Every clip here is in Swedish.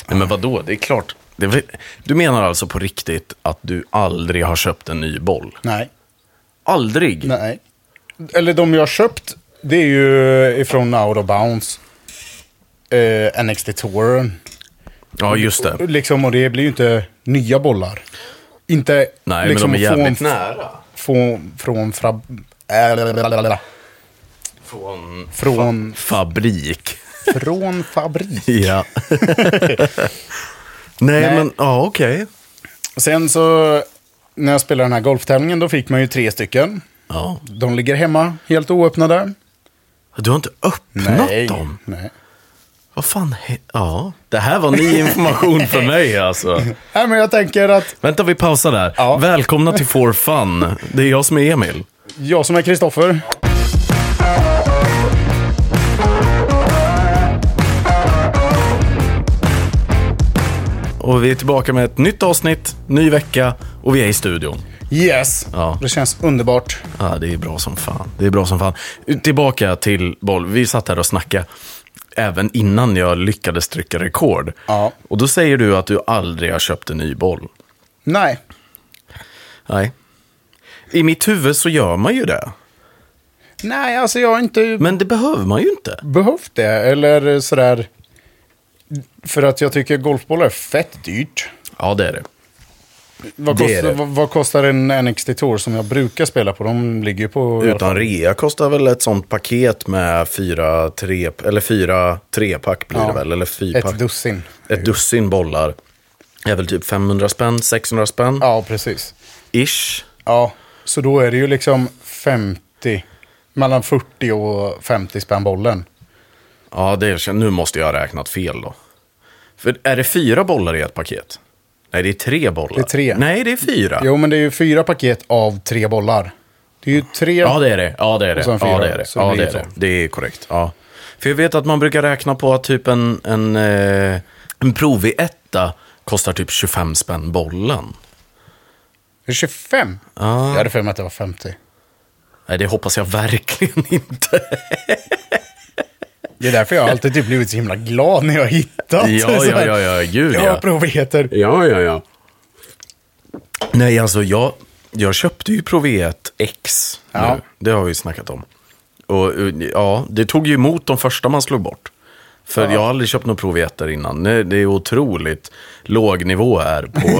Nej, men vadå? Det är klart. Du menar alltså på riktigt att du aldrig har köpt en ny boll? Nej. Aldrig? Nej. Eller de jag har köpt, det är ju ifrån Out of Bounds. NXT Tour. Ja, just det. Liksom, och det blir ju inte nya bollar. Inte. Nej, liksom, men de är jävligt nära. Från fabrik. Från fabrik. Ja. Nej, men ja, okej. Sen så, när jag spelade den här golftävlingen, då fick man ju 3 stycken. Ja. De ligger hemma, helt oöppnade. Du har inte öppnat dem? Nej. Vad fan? Ja, det här var ny information för mig alltså. Nej, men jag tänker att... Vänta, vi pausar där. Ja. Välkomna till For Fun. Det är jag som är Emil. Jag som är Kristoffer. Och vi är tillbaka med ett nytt avsnitt, ny vecka och vi är i studion. Yes, Ja. Det känns underbart. Ja, det är bra som fan. Det är bra som fan. Tillbaka till boll. Vi satt här och snackade även innan jag lyckades trycka rekord. Ja. Och då säger du att du aldrig har köpt en ny boll. Nej. Nej. I mitt huvud så gör man ju det. Nej, alltså jag har inte Men det behöver man ju inte. behövt det. Eller sådär. För att jag tycker golfbollar är fett dyrt. Ja, det är det. Vad kostar en NXT Tour som jag brukar spela på? De ligger ju på... Utan rea kostar väl ett sånt paket med 4 trepack blir det väl, eller 4 Ett dussin. Ett dussin bollar. Är väl typ 500 spänn, 600 spänn. Ja, precis. Ish. Ja, så då är det ju liksom 50, mellan 40 och 50 spänn bollen. Ja, nu måste jag ha räknat fel då. För är det 4 bollar i ett paket? Nej, det är 3 bollar. Det är 3. Nej, det är 4. Jo, men det är ju 4 paket av 3 bollar. Det är ju 3... Ja, det är det. Ja, det är det. Och sen 4, Ja, det är det. så Ja, blir det är det det. Det är korrekt. Ja. För jag vet att man brukar räkna på att typ en provig etta kostar typ 25 spänn bollen. Det är 25? Ja. Jag hade för mig att det var 50. Nej, det hoppas jag verkligen inte. Det är därför jag alltid typ blivit så himla glad när jag har hittat. Ja, gud Ja, provigheter. Ja. Nej, alltså jag köpte ju Provet X Ja. nu. Det har vi snackat om. Och ja, det tog ju emot de första man slog bort. För jag har aldrig köpt några Proveter innan. Det är otroligt låg nivå här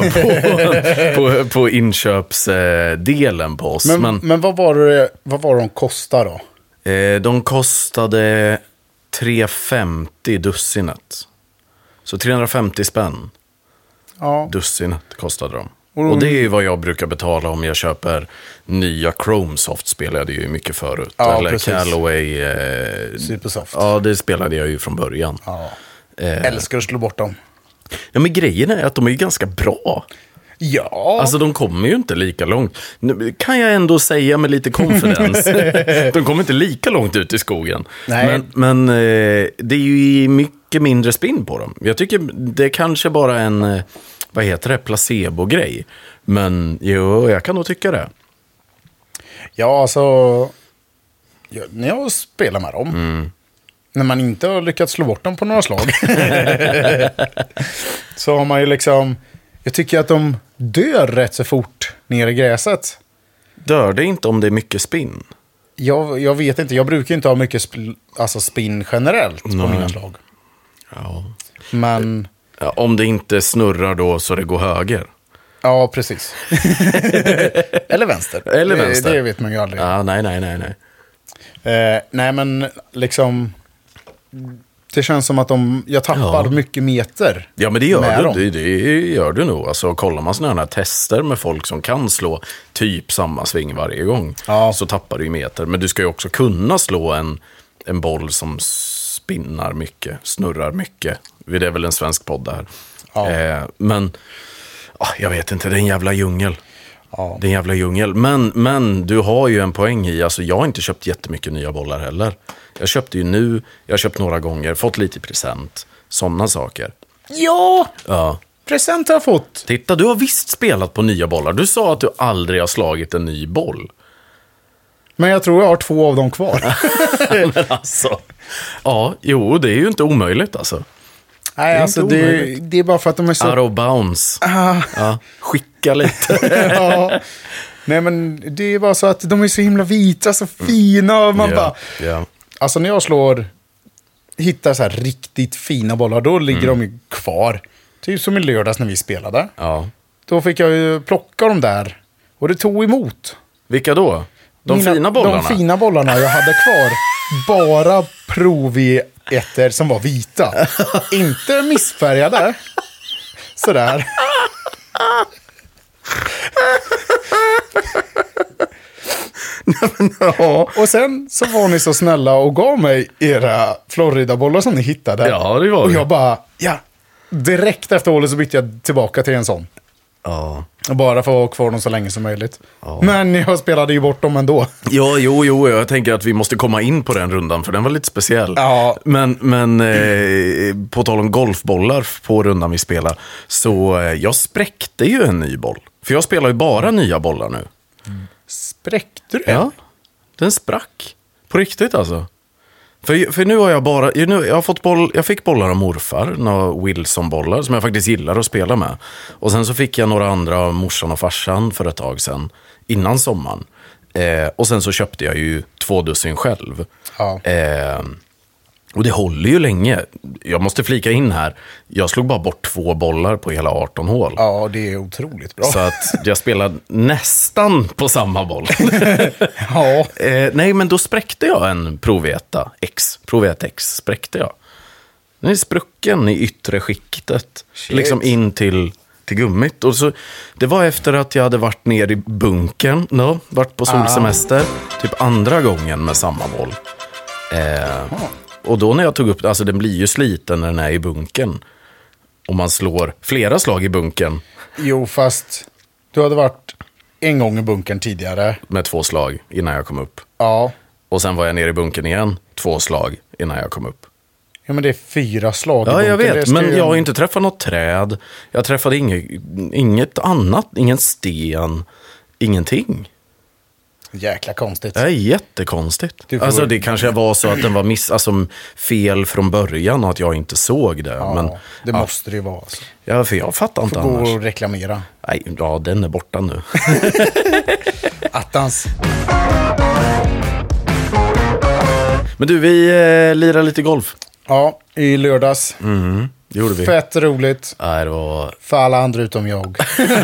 på inköpsdelen på oss. Men vad var de kostade då? De kostade 3,50 dussinet. Så 350 spänn Ja. dussinet kostade de. Och det är ju vad jag brukar betala om jag köper nya Chromesoft, spelade jag ju mycket förut. Ja, eller precis. Callaway. Supersoft. Ja, det spelade jag ju från början. Ja. Älskar att slå bort dem. Ja, men grejen är att de är ju ganska bra. Ja. Alltså de kommer ju inte lika långt. Nu kan jag ändå säga med lite confidence. De kommer inte lika långt ut i skogen. Nej. Men det är ju mycket mindre spinn på dem. Jag tycker det är kanske bara en, vad heter det, placebo-grej. Men jo, jag kan nog tycka det. Ja, alltså... när jag spelar med dem... När man inte har lyckats slå bort dem på några slag. Så har man ju liksom... Jag tycker att de dör rätt så fort ner i gräset. Dör det inte om det är mycket spinn? Jag vet inte. Jag brukar inte ha mycket spinn generellt på mina slag. Ja. Men... Ja, om det inte snurrar då så det går höger. Ja, precis. Eller vänster. Eller vänster. Det vet man ju aldrig. Ja, nej. Nej, men liksom... Det känns som att jag tappar mycket meter. Ja, men det gör dem. du. Det gör du nog. Alltså, kollar man sådana här tester med folk som kan slå typ samma sving varje gång, så tappar du ju meter. Men du ska ju också kunna slå en boll som spinnar mycket, snurrar mycket. Det är väl en svensk podd där. Ja. Men jag vet inte, det är en jävla djungel. Ja. Det är en jävla djungel. Men du har ju en poäng i. Alltså, jag har inte köpt jättemycket nya bollar heller. Jag köpte ju nu, jag har köpt några gånger, fått lite present. Sådana saker. Ja, present har jag fått. Titta, du har visst spelat på nya bollar. Du sa att du aldrig har slagit en ny boll. Men jag tror jag har 2 av dem kvar. Men alltså, ja, jo, det är ju inte omöjligt alltså. Nej, alltså det är bara för att de är så... Out of bounds. Ja, skicka lite. Ja. Nej, men det är bara så att de är så himla vita, så fina. Och man bara... Alltså när jag hittar så här riktigt fina bollar, då ligger de ju kvar. Typ som i lördags när vi spelade. Ja. Då fick jag ju plocka dem där. Och det tog emot. Vilka då? Fina bollarna? De fina bollarna jag hade kvar. Bara provietter som var vita. Inte missfärgade. Sådär. Och sen så var ni så snälla och gav mig era Florida-bollar som ni hittade. Ja, det var det. Och jag bara, direkt efter hålet så bytte jag tillbaka till en sån. Ja. Bara för att ha kvar dem så länge som möjligt. Ja. Men jag spelade ju bort dem ändå. Ja, jo, jag tänker att vi måste komma in på den rundan, för den var lite speciell. Ja. Men på tal om golfbollar på rundan vi spelar, så jag spräckte ju en ny boll. För jag spelar ju bara nya bollar nu. Spräckte du? Ja, den sprack. På riktigt alltså. För nu har jag bara, jag fick bollar av morfar, några Wilson-bollar som jag faktiskt gillar att spela med. Och sen så fick jag några andra av morsan och farsan för ett tag sedan, innan sommaren. Och sen så köpte jag ju 2 dussin själv. Ja. Och det håller ju länge. Jag måste flika in här. Jag slog bara bort 2 bollar på hela 18 hål. Ja, det är otroligt bra. Så att jag spelade nästan på samma boll. Ja. Nej, men då spräckte jag en Proveta X spräckte jag. Den är sprucken i yttre skiktet. Shit. Liksom in till gummit. Och så, det var efter att jag hade varit ner i bunkern. Varit på solsemester. Typ andra gången med samma boll. Och då när jag tog upp, alltså den blir ju sliten när den är i bunken. Och man slår flera slag i bunken. Jo, fast du hade varit en gång i bunkern tidigare. Med 2 slag innan jag kom upp. Ja. Och sen var jag nere i bunken igen, 2 slag innan jag kom upp. Ja, men det är 4 slag i bunken. Ja, jag vet, men jag har inte träffat något träd. Jag träffade inget annat, ingen sten, ingenting. Jäkla konstigt. Det är jättekonstigt. Alltså det kanske var så att den var fel från början och att jag inte såg det. Ja, men det måste det ju vara. Alltså. Ja, för jag fattar inte annars. Gå och reklamera. Nej, ja, den är borta nu. Attans. Men du, vi lirar lite golf. Ja, i lördags. Det gjorde vi. Fett roligt. Nej, det var... För alla andra utom jag.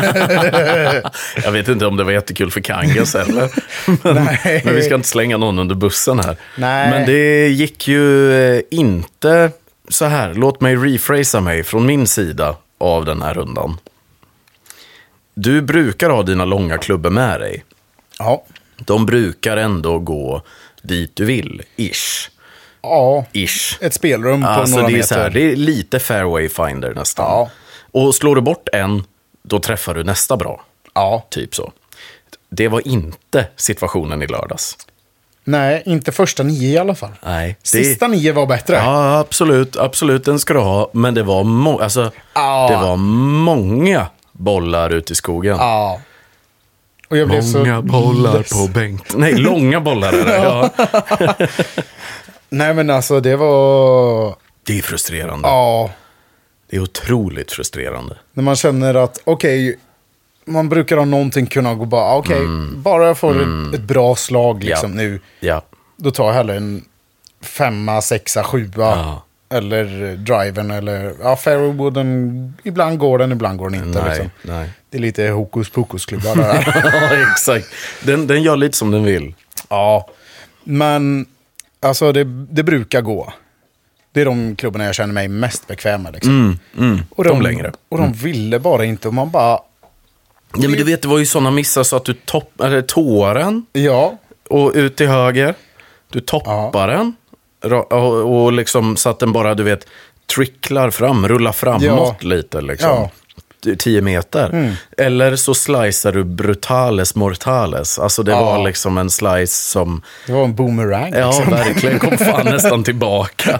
Jag vet inte om det var jättekul för Kangas eller. Men vi ska inte slänga någon under bussen här. Nej. Men det gick ju inte så här. Låt mig rephrasa mig från min sida av den här rundan. Du brukar ha dina långa klubbor med dig. Ja. De brukar ändå gå dit du vill, ish. Ja, ish. Ett spelrum på alltså några det är meter. Så här, det är lite fairway finder nästan. Ja. Och slår du bort en, då träffar du nästa bra. Ja. Typ så. Det var inte situationen i lördags. Nej, inte första 9 i alla fall. Nej. Sista 9 var bättre. Ja, absolut, den ska du ha. Men det var, det var många bollar ute i skogen. Ja. Och jag blev många bollar på bänk. Nej, långa bollar är det. Ja. Nej, men alltså det var... Det är frustrerande. Ja. Det är otroligt frustrerande. När man känner att, man brukar ha någonting kunna gå bara, bara jag får ett bra slag liksom nu. Ja. Då tar jag hellre en 5, 6, 7 eller driven eller fairwooden. Ibland går den, ibland går den inte. Nej, liksom. nej. Det är lite hokus pokus klubbar där. Ja, exakt. Den gör lite som den vill. Ja, men alltså det brukar gå. Det är de klubbarna jag känner mig mest bekväm med. Liksom. Och de längre. Och de ville bara inte. Och man bara... Ja, men du vet, det var ju sådana missar så att du tåren. Ja. Och ut till höger. Du toppar den. Och liksom så att den bara, du vet, tricklar fram, rullar framåt lite liksom. Ja. 10 meter. Eller så slicear du brutales mortales. Alltså det var liksom en slice som... Det var en boomerang. Liksom. Ja, verkligen. Kom fan nästan tillbaka.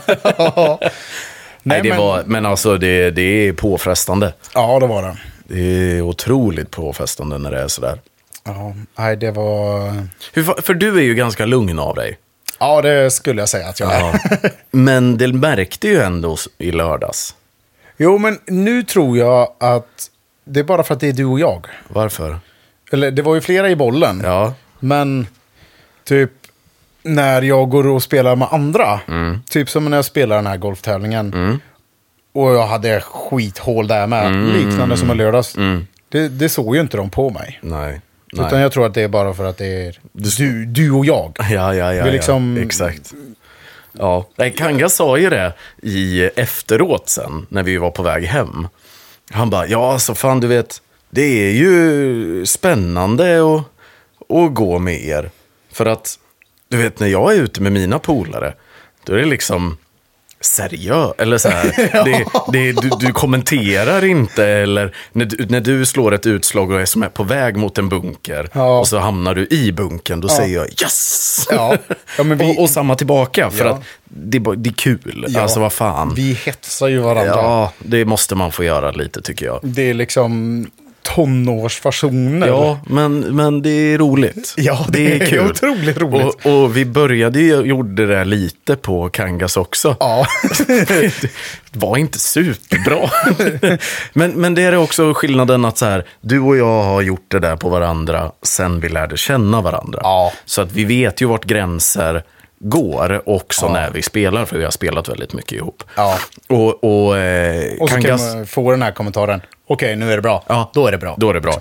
Men alltså det är påfrestande. Ja, det var det. Det är otroligt påfrestande när det är sådär. Ja, nej det var... För du är ju ganska lugn av dig. Ja, det skulle jag säga att jag är. Men det märkte ju ändå i lördags. Jo, men nu tror jag att det är bara för att det är du och jag. Varför? Eller det var ju flera i bollen. Ja. Men typ när jag går och spelar med andra. Typ som när jag spelar den här golftävlingen. Och jag hade skithål där med. Liknande som en lördags. Det såg ju inte de på mig. Nej. Utan jag tror att det är bara för att det är du och jag. Ja. Vi liksom... Exakt. Ja, Kanga sa ju det efteråt sen, när vi var på väg hem. Han bara, ja alltså fan du vet, det är ju spännande att gå med er. För att, du vet, när jag är ute med mina polare, då är det liksom seriöst. Eller så här, du kommenterar inte, eller när du slår ett utslag och är som är på väg mot en bunker, och så hamnar du i bunkern, då säger jag yes! Ja, men och samma tillbaka, för att det är kul. Alltså vad fan. Vi hetsar ju varandra. Ja, det måste man få göra lite, tycker jag. Det är liksom tonårsfasoner. Ja, men det är roligt. Ja, det är kul. Otroligt roligt. Och vi gjorde det lite på Kangas också. Ja. Det var inte superbra. men det är också skillnaden att så här, du och jag har gjort det där på varandra sen vi lärde känna varandra. Ja. Så att vi vet ju vart gränser går också när vi spelar, för vi har spelat väldigt mycket ihop. Ja. Och så kan man få den här kommentaren. Okej, nu är det bra. Ja, då är det bra. Då är det bra.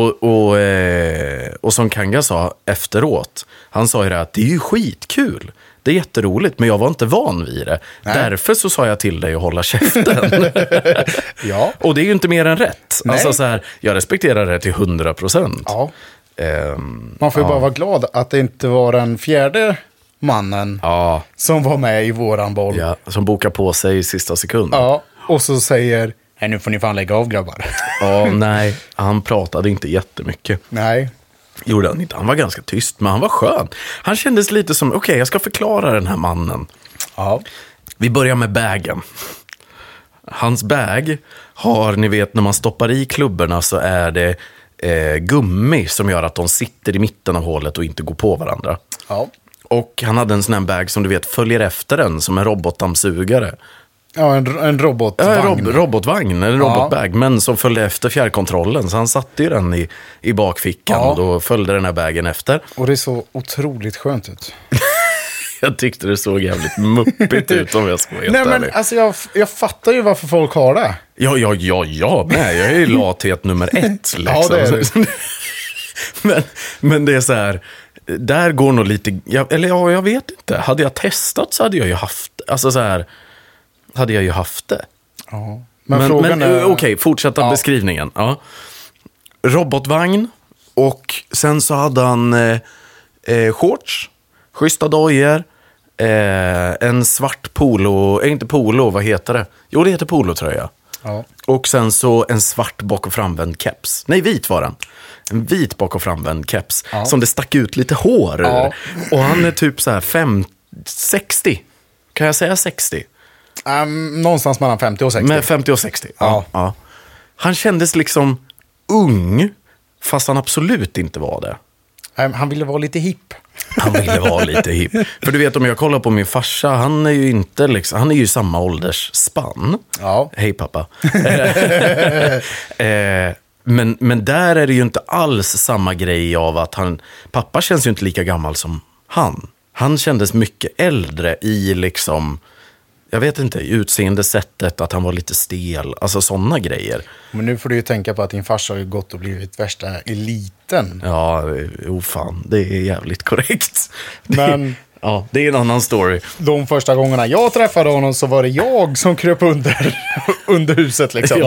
Och som Kanga sa efteråt, han sa ju det att det är ju skitkul. Det är jätteroligt, men jag var inte van vid det. Nej. Därför så sa jag till dig att hålla käften. Ja. Och det är ju inte mer än rätt. Nej. Alltså så här, jag respekterar det till 100%. Ja. Man får ju bara vara glad att det inte var den fjärde mannen som var med i våran boll. Ja, som bokar på sig i sista sekund. Ja, och så säger, nej nu får ni fan lägga av grabbar. Ja, nej, han pratade inte jättemycket. Nej. Gjorde han inte. Han var ganska tyst, men han var skön. Han kändes lite som, okej, jag ska förklara den här mannen. Ja. Vi börjar med bagen. Hans bag har, ni vet, när man stoppar i klubborna så är det gummi som gör att de sitter i mitten av hålet och inte går på varandra. Ja. Och han hade en sån här bag som du vet följer efter den, som en robotdammsugare. Ja, en robotvagn. Robotvagn, eller robotbag, men som följde efter fjärrkontrollen. Så han satte ju den i bakfickan och då följde den här bagen efter. Och det är så otroligt skönt ut. Jag tyckte det såg jävligt muppigt ut om jag ska vara helt ärlig. Men alltså jag fattar ju varför folk har det. Ja, nej, jag är ju lathet nummer 1. Liksom. Ja, det är det. men det är så här, där går nog lite, jag vet inte. Hade jag testat så hade jag ju haft, alltså så här, hade jag ju haft det. Ja. Men frågan är... Okej, fortsätta beskrivningen. Ja. Robotvagn, och sen så hade han shorts, schyssta dojor, en svart polo, inte polo, vad heter det? Jo, det heter polo, tror jag. Ja. Och sen så en svart bak- och framvänd keps. Nej, vit var den. En vit bak- och framvänd keps. Ja. Som det stack ut lite hår ur. Ja. Och han är typ så här 60. Kan jag säga 60? Någonstans mellan 50 och 60. Med 50 och 60, ja. Han kändes liksom ung, fast han absolut inte var det. Han ville vara lite hipp. Han ville vara lite hipp. För du vet, om jag kollar på min farsa, han är ju inte liksom, han är ju samma åldersspann. Ja. Hej pappa. Men där är det ju inte alls samma grej av att pappa känns ju inte lika gammal som han. Han kändes mycket äldre i liksom, jag vet inte, utseendesättet, att han var lite stel, alltså sådana grejer. Men nu får du ju tänka på att din farsa har ju gått och blivit värsta eliten. Ja, fan, det är jävligt korrekt. Men ja, det är en annan story. De första gångerna jag träffade honom så var det jag som kröp under huset liksom.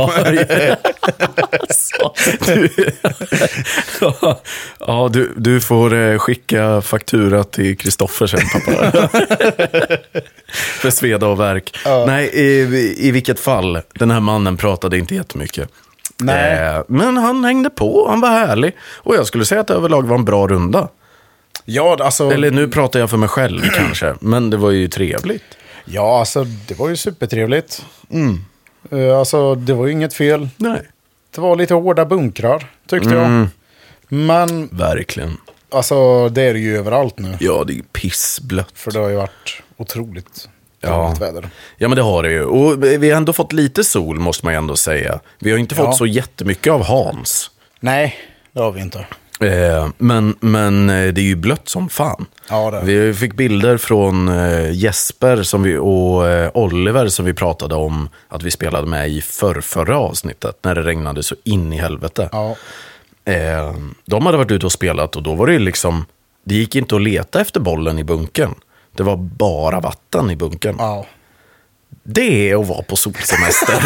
Ja, du får skicka faktura till Kristoffer sen, pappa. För sveda och verk. Ja. Nej, i vilket fall, den här mannen pratade inte jättemycket. Nej. Men han hängde på, han var härlig. Och jag skulle säga att det överlag var en bra runda. Ja, alltså... Eller nu pratar jag för mig själv kanske, men det var ju trevligt. Ja, alltså det var ju supertrevligt. Alltså det var ju inget fel. Nej. Det var lite hårda bunkrar, tyckte jag. Men... Verkligen. Alltså det är det ju överallt nu. Ja, det är pissblött. För det har ju varit otroligt dåligt väder. Ja, men det har det ju. Och vi har ändå fått lite sol, måste man ju ändå säga. Vi har inte fått så jättemycket av Hans. Nej, det har vi inte. Men det är ju blött som fan. Ja, det. Vi fick bilder från Jesper och Oliver som vi pratade om att vi spelade med i förra avsnittet när det regnade så in i helvete. Ja. De hade varit ute och spelat och då var det liksom, det gick inte att leta efter bollen i bunkern. Det var bara vatten i bunkern. Ja. Det är att vara på solsemester.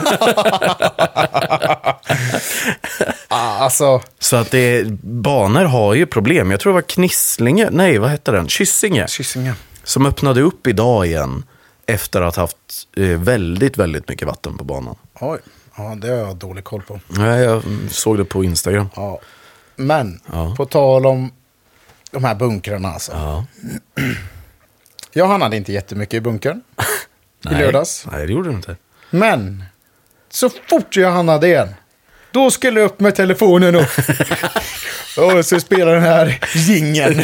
Alltså. Så att banor har ju problem. Jag tror det var Knislinge. Nej, vad heter den? Kyssinge. Som öppnade upp idag igen. Efter att ha haft väldigt, väldigt mycket vatten på banan. Oj, ja, det har jag dålig koll på. Nej, jag såg det på Instagram. Ja. Men, på tal om de här bunkrarna alltså. Ja. Jag hamnade inte jättemycket i bunkern. I lördags. Nej, det gjorde du inte. Men, så fort jag hamnade igen, då skulle jag upp med telefonen och så spelar den här jingeln.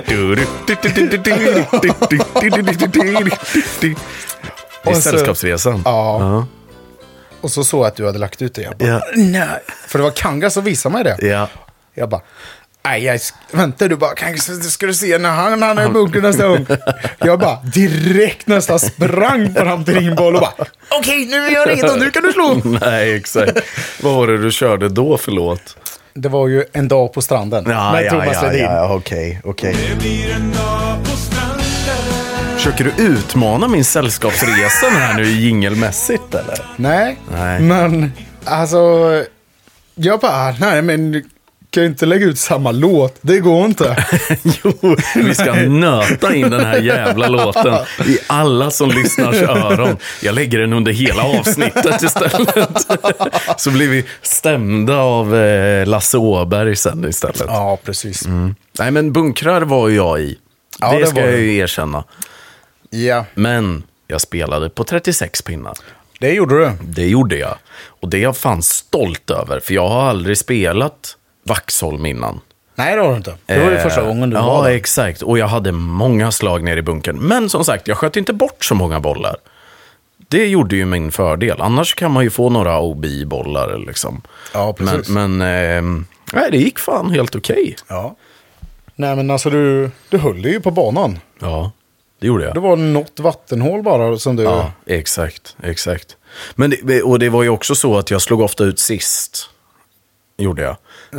Det är Sällskapsresan. Ja. Och så såg jag att du hade lagt ut det. Jag bara, nej. För det var Kanga som visade mig det. Ja. Jag bara, nej, vänta du bara, kanske ska du se när han är i bunkern nästa gång. Jag bara direkt nästan sprang fram till din boll och bara, okej, nu är jag redo, nu kan du slå. Nej, exakt. Vad var det du körde då, förlåt? Det var ju en dag på stranden med Thomas Ledin. Ja, okej. Det blir en dag på stranden. Försöker du utmana min sällskapsresa här nu jingelmässigt, eller? Nej, men alltså, jag bara, nej men kan jag inte lägga ut samma låt? Det går inte. Jo, vi ska nöta in den här jävla låten i alla som lyssnars öron. Jag lägger den under hela avsnittet istället. Så blir vi stämda av Lasse Åberg sen istället. Ja, precis. Nej, men bunkrar var ju jag i. Ja, det ska jag ju erkänna. Ja. Men jag spelade på 36 pinnar. Det gjorde du. Det gjorde jag. Och det är jag fan stolt över. För jag har aldrig spelat Vaxholm innan. Nej, det har du inte. Det var ju första gången du var där. Ja, exakt. Och jag hade många slag ner i bunkern. Men som sagt, jag sköt inte bort så många bollar. Det gjorde ju min fördel. Annars kan man ju få några OB-bollar liksom. Ja, precis. Men nej, det gick fan helt okej. Ja. Nej, men alltså du höll ju på banan. Ja, det gjorde jag. Det var något vattenhål bara som du... Ja, exakt. Men det var ju också så att jag slog ofta ut sist. Gjorde jag.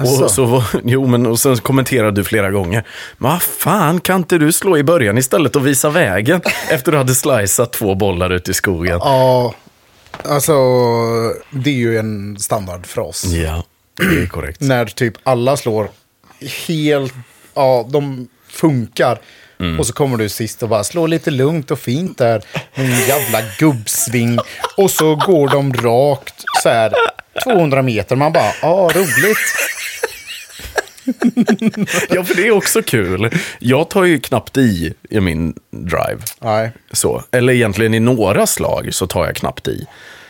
Och sen kommenterade du flera gånger. Men vad fan, kan inte du slå i början istället och visa vägen efter du hade slicat 2 bollar ut i skogen? Ja, alltså det är ju en standardfras. Ja, det är korrekt. När typ alla slår helt, ja, de funkar. Och så kommer du sist och bara slår lite lugnt och fint där. En jävla gubbsving. Och så går de rakt så här 200 meter. Man bara, roligt. Ja, för det är också kul. Jag tar ju knappt i min drive. Nej. Så. Eller egentligen i några slag så tar jag knappt i.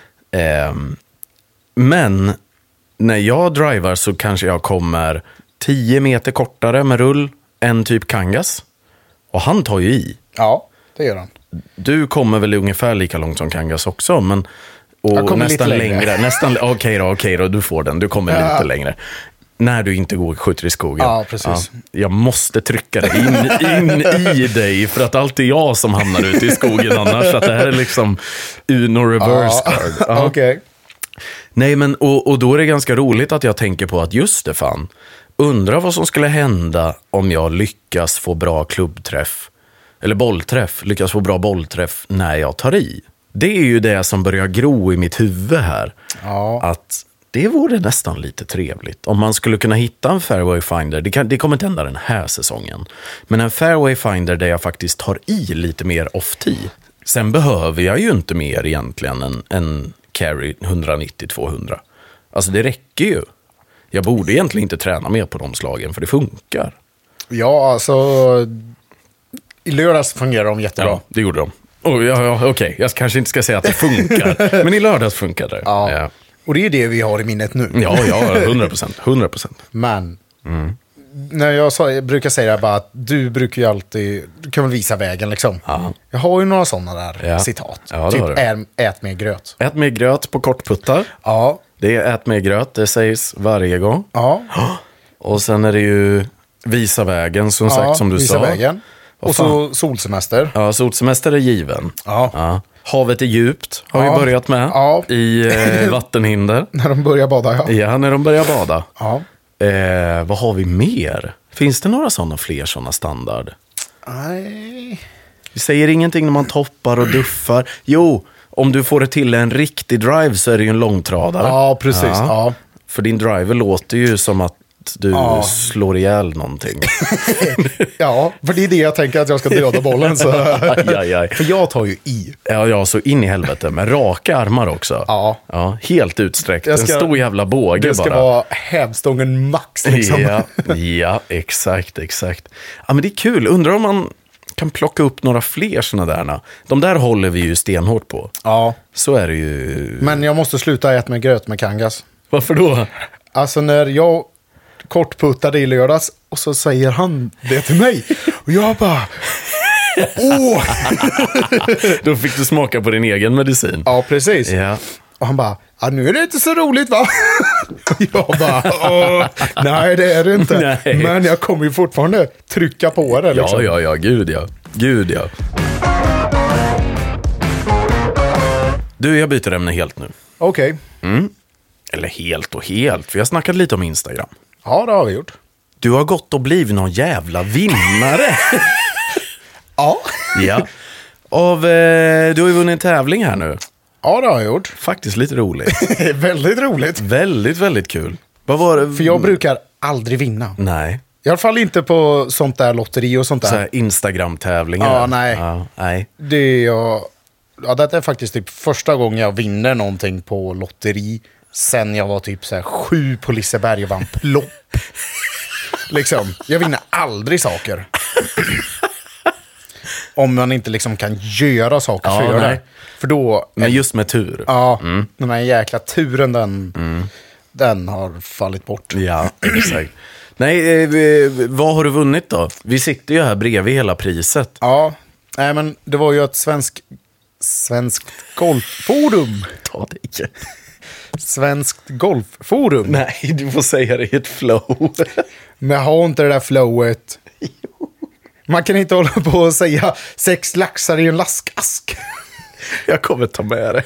Men när jag driver så kanske jag kommer 10 meter kortare med rull än typ Kangas. Och han tar ju i. Ja, det gör han. Du kommer väl ungefär lika långt som Kangas också, men och nästan längre. Okej då, du får den. Du kommer lite längre. När du inte går skjuter i skogen. Ja, precis. Ja, jag måste trycka det in i dig, för att allt är jag som hamnar ute i skogen annars. Så att det här är liksom Uno reverse card. Ja. Okej. Nej, men och då är det ganska roligt att jag tänker på att just det fan. Undrar vad som skulle hända om jag lyckas få bra klubbträff. Eller bollträff. Lyckas få bra bollträff när jag tar i. Det är ju det som börjar gro i mitt huvud här. Ja. Att det vore nästan lite trevligt. Om man skulle kunna hitta en fairway finder. Det kommer inte hända den här säsongen. Men en fairway finder där jag faktiskt tar i lite mer off-tee. Sen behöver jag ju inte mer egentligen än carry 190-200. Alltså det räcker ju. Jag borde egentligen inte träna mer på de slagen, för det funkar. Ja, alltså i lördags fungerar de jättebra. Ja, det gjorde de. Okej. Jag kanske inte ska säga att det funkar. Men i lördags funkar det. Ja. Och det är det vi har i minnet nu. Ja, 100%. Men när jag brukar säga bara att du brukar ju alltid, du kan väl visa vägen liksom. Ja. Jag har ju några sådana där citat. Ja, typ ät mer gröt. Ät mer gröt på kortputtar. Ja. Det är ät mer gröt, det sägs varje gång. Ja. Och sen är det ju visa vägen, som sagt, som du visa sa. Vägen. Och så solsemester. Ja, solsemester är given. Ja. Havet är djupt, har vi börjat med. Ja. I vattenhinder. När de börjar bada, ja. Ja, när de börjar bada. Ja. Vad har vi mer? Finns det några fler sådana standard? Nej. Vi säger ingenting när man toppar och duffar. Jo, om du får det till en riktig drive så är det ju en långtradare. Ja, precis. Ja. För din driver låter ju som att du slår ihjäl någonting. Ja, för det är det jag tänker att jag ska döda bollen. Så. Aj. För jag tar ju i. Ja, så in i helvete. Med raka armar också. Ja. Helt utsträckt. En stor jävla båge bara. Det ska vara hävstången max liksom. Ja, exakt. Ja, men det är kul. Undrar om man kan plocka upp några fler sådana där. De där håller vi ju stenhårt på. Ja. Så är det ju. Men jag måste sluta äta med gröt med Kangas. Varför då? Alltså när jag kortputtade i lördags och så säger han det till mig. Och jag bara... Åh! Då fick du smaka på din egen medicin. Ja, precis. Ja. Och han bara, nu är det inte så roligt va? Och jag bara, nej det är det inte. Nej. Men jag kommer ju fortfarande trycka på det liksom. Ja, gud ja. Du, jag byter ämne helt nu. Okej. Eller helt och helt. Vi har snackat lite om Instagram. Ja, det har vi gjort. Du har gått och blivit någon jävla vinnare. Ja. Ja. Du har ju vunnit en tävling här nu. Ja, det har jag gjort. Faktiskt lite roligt. Väldigt roligt. Väldigt, väldigt kul. Vad var det? För jag brukar aldrig vinna. Nej. I alla fall inte på sånt där lotteri och sånt där. Så här Instagram-tävlingar. Ja, nej. Ja, nej. Det är faktiskt typ första gången jag vinner någonting på lotteri sen jag var typ så här 7 på Liseberg och vann plopp. Liksom, jag vinner aldrig saker. Om man inte liksom kan göra saker för att göra det. För då... Men just med tur. Ja, den här jäkla turen den har fallit bort. Ja, exakt. Nej, vad har du vunnit då? Vi sitter ju här bredvid hela priset. Ja, nej men det var ju ett svenskt golfforum. Ta det inte. Svenskt golfforum. Nej, du får säga det i ett flow. Men jag har inte det där flowet. Man kan inte hålla på och säga 6 laxar i en laskask. Jag kommer ta med det.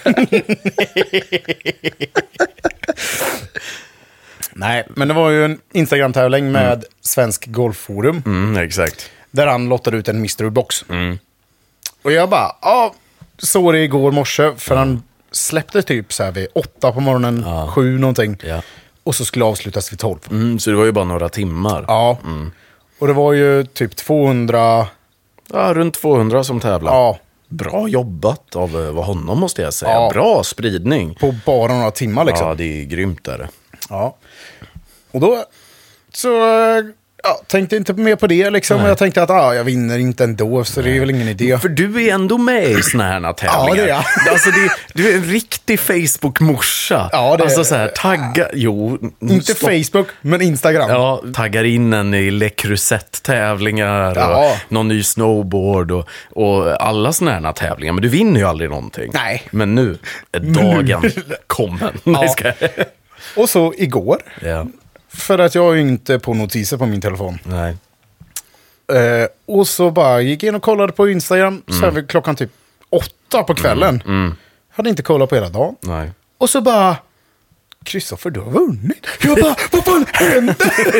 Nej, men det var ju en Instagram-tävling med Svensk Golfforum. Exakt. Där han lottade ut en mystery box. Och jag bara, så det igår morse. För han släppte typ så här vid 8 på morgonen, 7 någonting. Ja. Och så skulle avslutas vid 12. Så det var ju bara några timmar. Ja. Och det var ju typ 200... Ja, runt 200 som tävlar. Ja. Bra jobbat av honom måste jag säga. Ja. Bra spridning. På bara några timmar liksom. Ja, det är grymt där. Ja. Och då så tänkte inte mer på det liksom. Jag tänkte att jag vinner inte ändå, så det är väl ingen idé. För du är ändå med i såna här tävlingar. Ja, det är jag. Alltså, du är en riktig Facebook-morsa. Ja, det är... Alltså så här, tagga... Jo, inte Facebook, men Instagram. Ja, taggar in en i Le Creuset-tävlingar och någon ny snowboard och alla såna här tävlingar. Men du vinner ju aldrig någonting. Nej. Men nu är dagen kommen. Ja. Och så igår... Ja. För att jag är ju inte på notiser på min telefon. Nej. Och så bara gick in och kollade på Instagram. Så här vid klockan typ 8 på kvällen. Hade inte kollat på hela dagen. Nej. Och så bara... Kristoffer, du har vunnit. Jag bara, vad fan hände?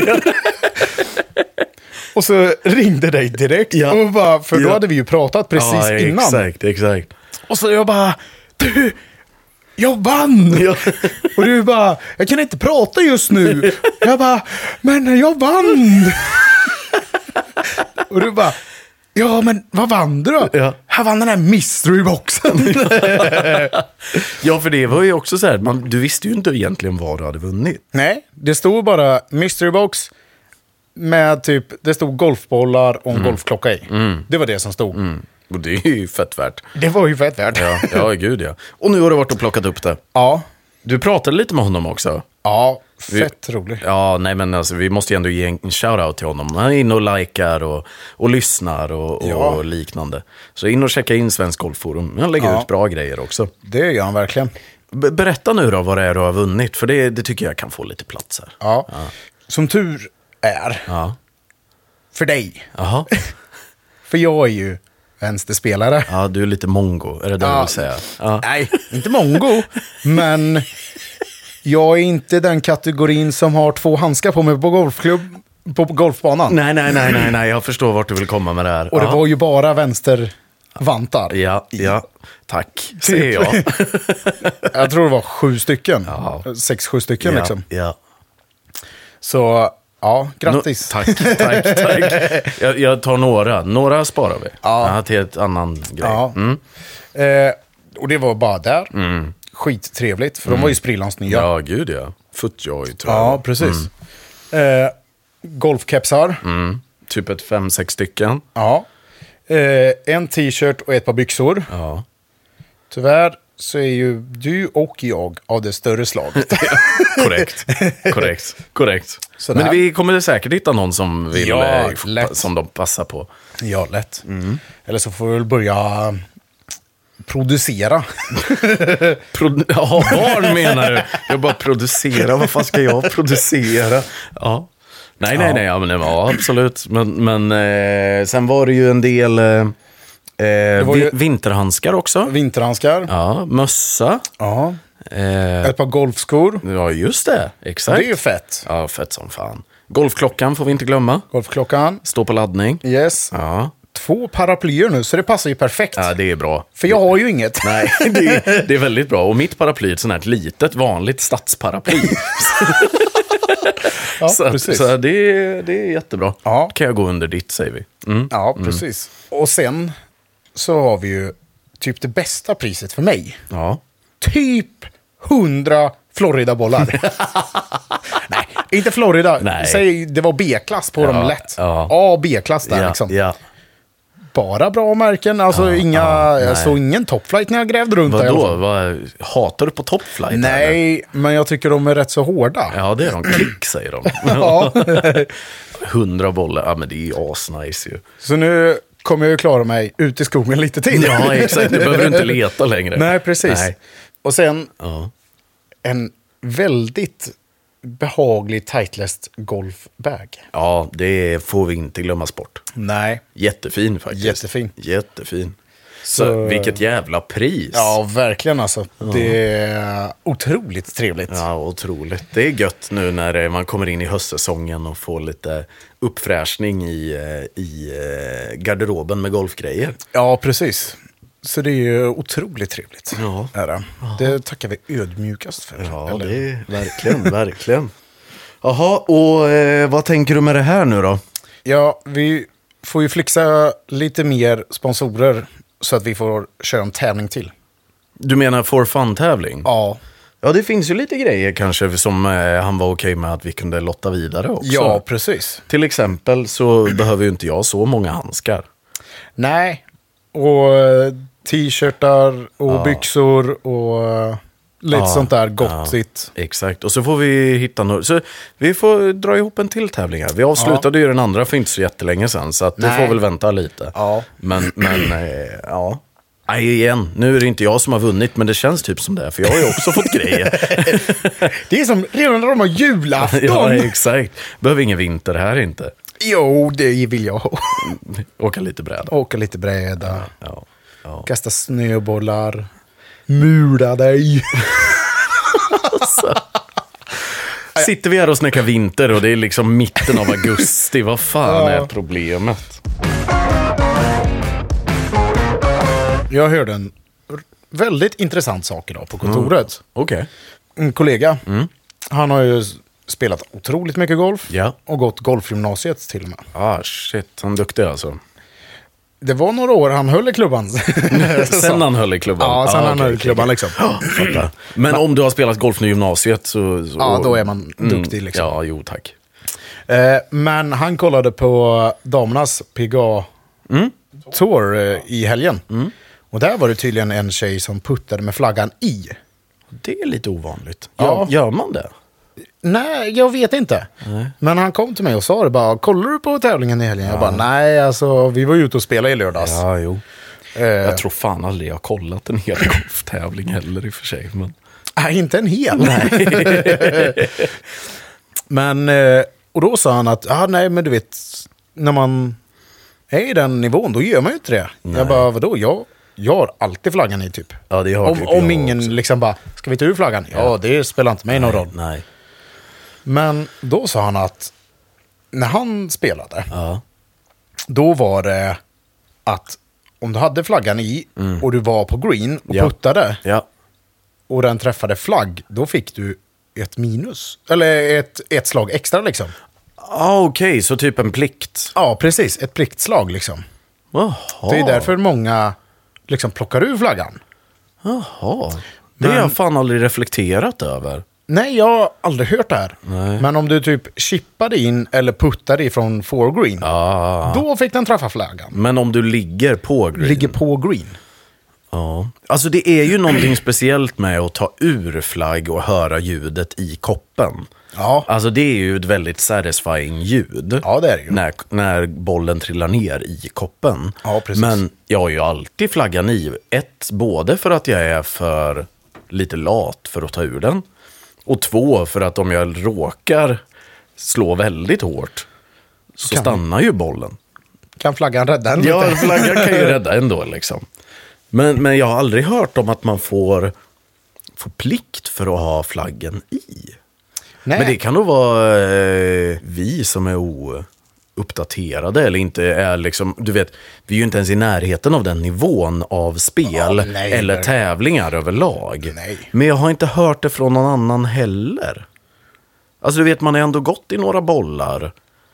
Och så ringde dig direkt. Ja. Och bara, för då hade vi ju pratat precis innan. Exakt. Och så jag bara... Du... Jag vann! Ja. Och du bara, jag kan inte prata just nu. Jag bara, men jag vann! Och du bara, ja men vad vann du då? Ja. Jag vann den här mystery-boxen. Ja, för det var ju också så här, du visste ju inte egentligen vad du hade vunnit. Nej, det stod bara mystery-box med typ, det stod golfbollar och en golfklocka i. Det var det som stod. Och det är ju fett värt. Det var ju fett värt. Ja, gud ja. Och nu har du varit och plockat upp det. Ja. Du pratade lite med honom också. Ja, Fett rolig. Ja, nej men alltså, vi måste ju ändå ge en shoutout till honom. Han är inne och likar och lyssnar och liknande. Så in och checka in Svensk Golfforum. Han lägger ut bra grejer också. Det gör han verkligen. Berätta nu då vad det är du har vunnit. För det tycker jag kan få lite plats här. Ja. Som tur är. Ja. För dig. Jaha. För jag är ju vänsterspelare. Ja, du är lite mongo. Är det det du vill säga? Ja. Nej, inte mongo. Men jag är inte den kategorin som har 2 handskar på mig på på golfbanan. Nej, jag förstår vart du vill komma med det här. Och det var ju bara vänstervantar. Ja, tack, säger jag. Jag tror det var 7 stycken. 6-7 stycken liksom. Ja. Så, ja, grattis. Tack. Jag tar några sparar vi. Ja, till ett annan grej. Ja. Och det var bara där. Skittrevligt, för de var ju sprillans nya. Ja, gud ja. Footjoy tror jag. Ja, precis. Golfkepsar. Typ ett 5-6 stycken. Ja. En t-shirt och ett par byxor. Ja. Tyvärr så är ju du och jag av det större slaget. Korrekt. Sådär. Men vi kommer säkert hitta någon som vill lätt. som de passar på. Ja, lätt. Eller så får vi väl börja producera. Barn menar du? Jag bara producera, vad fan ska jag producera? Ja. Nej, ja, men, ja, absolut. Men sen var det ju en del vinterhandskar också. Vinterhandskar. Ja, mössa. Ja. Ett par golfskor. Ja, just det. Exakt. Det är ju fett. Ja, fett som fan. Golfklockan får vi inte glömma. Golfklockan. Står på laddning. Yes. Ja. 2 paraplyer nu, så det passar ju perfekt. Ja, det är bra. För jag har ju inget. Nej, det är väldigt bra. Och mitt paraply är ett sånt här litet, vanligt stadsparaply. Ja, så precis. Så det är jättebra. Ja. Kan jag gå under ditt, säger vi. Ja, precis. Och sen så har vi ju typ det bästa priset för mig. Ja. Typ 100 Florida-bollar. Nej, inte Florida. Nej. Säg, det var B-klass på dem lätt. Ja. A- och B-klass där liksom. Ja. Bara bra märken. Alltså jag såg ingen topflight när jag grävde runt där. Vadå? Hatar du på topflight? Nej, eller? men jag tycker de är rätt så hårda. Ja, det är de. Klick, säger de. Ja. 100 bollar. Ja, men det är ju asnice ju. Så nu kommer jag ju klara mig ut i skogen lite till. Ja, exakt. Du behöver inte leta längre. Nej, precis. Nej. Och sen en väldigt behaglig Titleist golfbag. Ja, det får vi inte glömma bort. Nej. Jättefin faktiskt. Jättefin. Så vilket jävla pris. Ja, verkligen alltså. Det är otroligt trevligt. Ja, otroligt. Det är gött nu när man kommer in i höstsäsongen och får lite uppfräschning i garderoben med golfgrejer. Ja, precis. Så det är ju otroligt trevligt. Ja. Det tackar vi ödmjukast för. Ja, eller? Det är verkligen. Jaha, och vad tänker du med det här nu då? Ja, vi får ju flixa lite mer sponsorer så att vi får köra en tävling till. Du menar for fun-tävling? Ja. Ja, det finns ju lite grejer kanske som han var okej med att vi kunde lotta vidare också. Ja, precis. Till exempel så behöver ju inte jag så många handskar. Nej, och t-shirtar och byxor och lite sånt där gottigt. Exakt, och så får vi hitta så vi får dra ihop en till tävling här. Vi avslutade ju den andra för inte så jättelänge sedan, så att det får väl vänta lite. Ja. Men ja. Nej, igen, nu är det inte jag som har vunnit, men det känns typ som det, för jag har ju också fått grejer. Det är som redan när de har julafton. Ja, exakt. Behöver ingen vinter här inte. Jo, det vill jag ha. Åka lite bräda. Ja. Kasta snöbollar. Mula dig. Sitter vi här och snackar vinter och det är liksom mitten av augusti. Vad fan är problemet? Jag hörde en väldigt intressant sak idag på kontoret. Okej. En kollega, han har ju spelat otroligt mycket golf. Ja. Och gått golfgymnasiet till och med. Shit, han är duktig alltså. Det var några år han höll i klubban. Sen han höll i klubban? Ja, sen han höll i klubban liksom. Men om du har spelat golf i gymnasiet så... Ja, då är man duktig liksom. Ja, jo tack. Men han kollade på damernas PGA Tour i helgen. Och där var det tydligen en tjej som puttade med flaggan i. Det är lite ovanligt. Ja. Gör man det? Nej, jag vet inte. Nej. Men han kom till mig och sa det bara, kollar du på tävlingen i helgen? Jag bara, nej, alltså vi var ute och spelade i lördags. Ja, jo. Jag tror fan aldrig jag har kollat en hel golftävling heller i och för sig. Men... Nej, inte en hel. Nej. Men, och då sa han att, nej men du vet, när man är i den nivån, då gör man ju inte det. Nej. Jag bara, vadå? Jag har alltid flaggan i typ. Ja, det har om ingen också. Liksom bara, ska vi ta ur flaggan? Ja, det spelar inte mig någon roll. Nej. Men då sa han att när han spelade, då var det att om du hade flaggan i och du var på green och puttade och den träffade flagg, då fick du ett minus. Eller ett slag extra liksom. Okej, så typ en plikt. Ja, precis. Ett pliktslag liksom. Jaha. Det är därför många liksom plockar ur flaggan. Jaha. Det har jag fan aldrig reflekterat över. Nej, jag har aldrig hört det här. Nej. Men om du typ chippade in eller puttade ifrån 4 green, då fick den träffa flaggan. Men om du ligger på green? Ligger på green. Ja. Alltså det är ju någonting speciellt med att ta ur flagg och höra ljudet i koppen. Ja. Alltså det är ju ett väldigt satisfying ljud. Ja, det är det ju. När bollen trillar ner i koppen. Ja, precis. Men jag har ju alltid flaggan i. Både för att jag är för lite lat för att ta ur den. Och 2, för att om jag råkar slå väldigt hårt så stannar ju bollen. Kan flaggan rädda en? Ja, flaggan kan ju rädda ändå liksom. Men jag har aldrig hört om att man får plikt för att ha flaggen i. Nej. Men det kan nog vara vi som är ouppdaterade eller inte är liksom, du vet, vi är ju inte ens i närheten av den nivån av spel eller tävlingar överlag. Nej. Men jag har inte hört det från någon annan heller. Alltså du vet, man har ändå gått i några bollar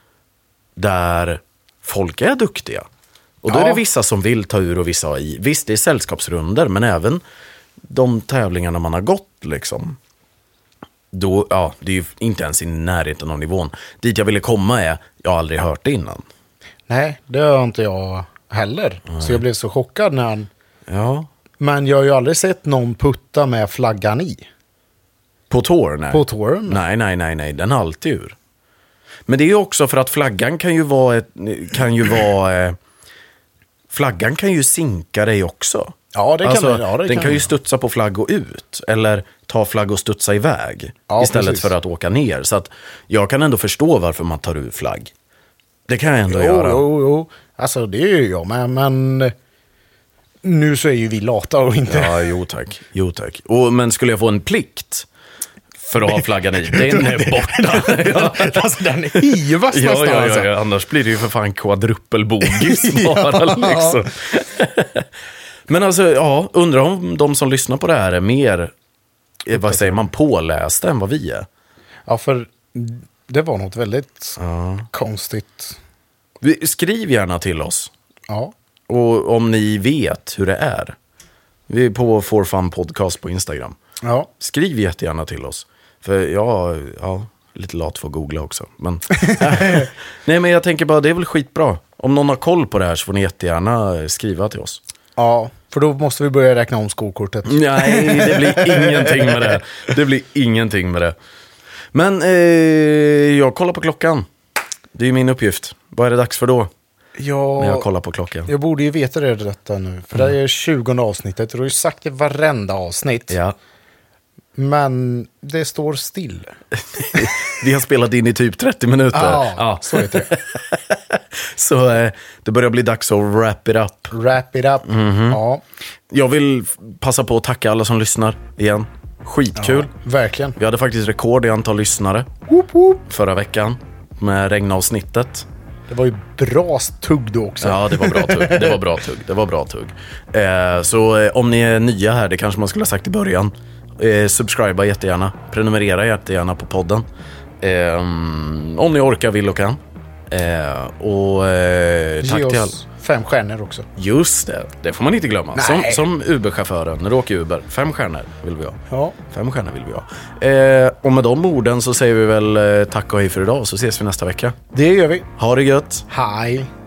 där folk är duktiga. Och då är det vissa som vill ta ur och vissa har i. Visst, det är sällskapsrunder, men även de tävlingarna man har gått liksom. Då, det är ju inte ens i närheten av nivån. Dit jag ville komma är, jag har aldrig hört det innan. Nej, det har inte jag heller. Nej. Så jag blev så chockad när han... Ja. Men jag har ju aldrig sett någon putta med flaggan i. På tour, nej. På touren? Nej, den är alltid ur. Men det är ju också för att flaggan kan ju vara flaggan kan ju sinka dig också. Ja, det kan den kan ju studsa på flagg och ut. Eller ta flagg och studsa iväg. Istället för att åka ner. Så att jag kan ändå förstå varför man tar ur flagg. Det kan jag ändå göra. Jo. Alltså det är ju jag med. Men nu så är ju vi lata och inte... Ja, jo tack. Men skulle jag få en plikt för att ha flaggan i, den är borta. Alltså den hivas nästan. Ja, annars blir det ju för fan kvadruppelbogis bara liksom. Men alltså, undrar om de som lyssnar på det här är mer, vad säger man, pålästa än vad vi är. Ja, för det var något väldigt konstigt. Skriv gärna till oss. Ja. Och om ni vet hur det är. Vi är på For Fun Podcast på Instagram. Ja. Skriv jättegärna till oss. För jag lite lat för att googla också. Men, nej, men jag tänker bara, det är väl skitbra. Om någon har koll på det här så får ni jättegärna skriva till oss. Ja, för då måste vi börja räkna om skolkortet. Nej, det blir ingenting med det. Det blir ingenting med det. Men jag kollar på klockan. Det är min uppgift. Vad är det dags för då? När jag kollar på klockan. Jag borde ju veta detta nu. För det är 20 avsnittet. Och du har ju sagt det varenda avsnitt. Ja. Men det står still. Vi har spelat in i typ 30 minuter. Ja, så heter det. Så det börjar bli dags att wrap it up. Wrap it up, ja. Jag vill passa på att tacka alla som lyssnar igen. Skitkul. Ja, verkligen. Vi hade faktiskt rekord i antal lyssnare förra veckan med regnavsnittet. Det var ju bra tugg då också. Ja, det var bra tugg. Så om ni är nya här, det kanske man skulle ha sagt i början. Subscriba jättegärna. Prenumerera jättegärna på podden. Om ni orkar, vill och kan. Tack till alla. 5 stjärnor också. Just det får man inte glömma. Som Uber-chauffören, när du åker Uber. 5 stjärnor vill vi ha. Ja. 5 stjärnor vill vi ha. Och med de orden så säger vi väl tack och hej för idag. Så ses vi nästa vecka. Det gör vi. Ha det gött. Hej.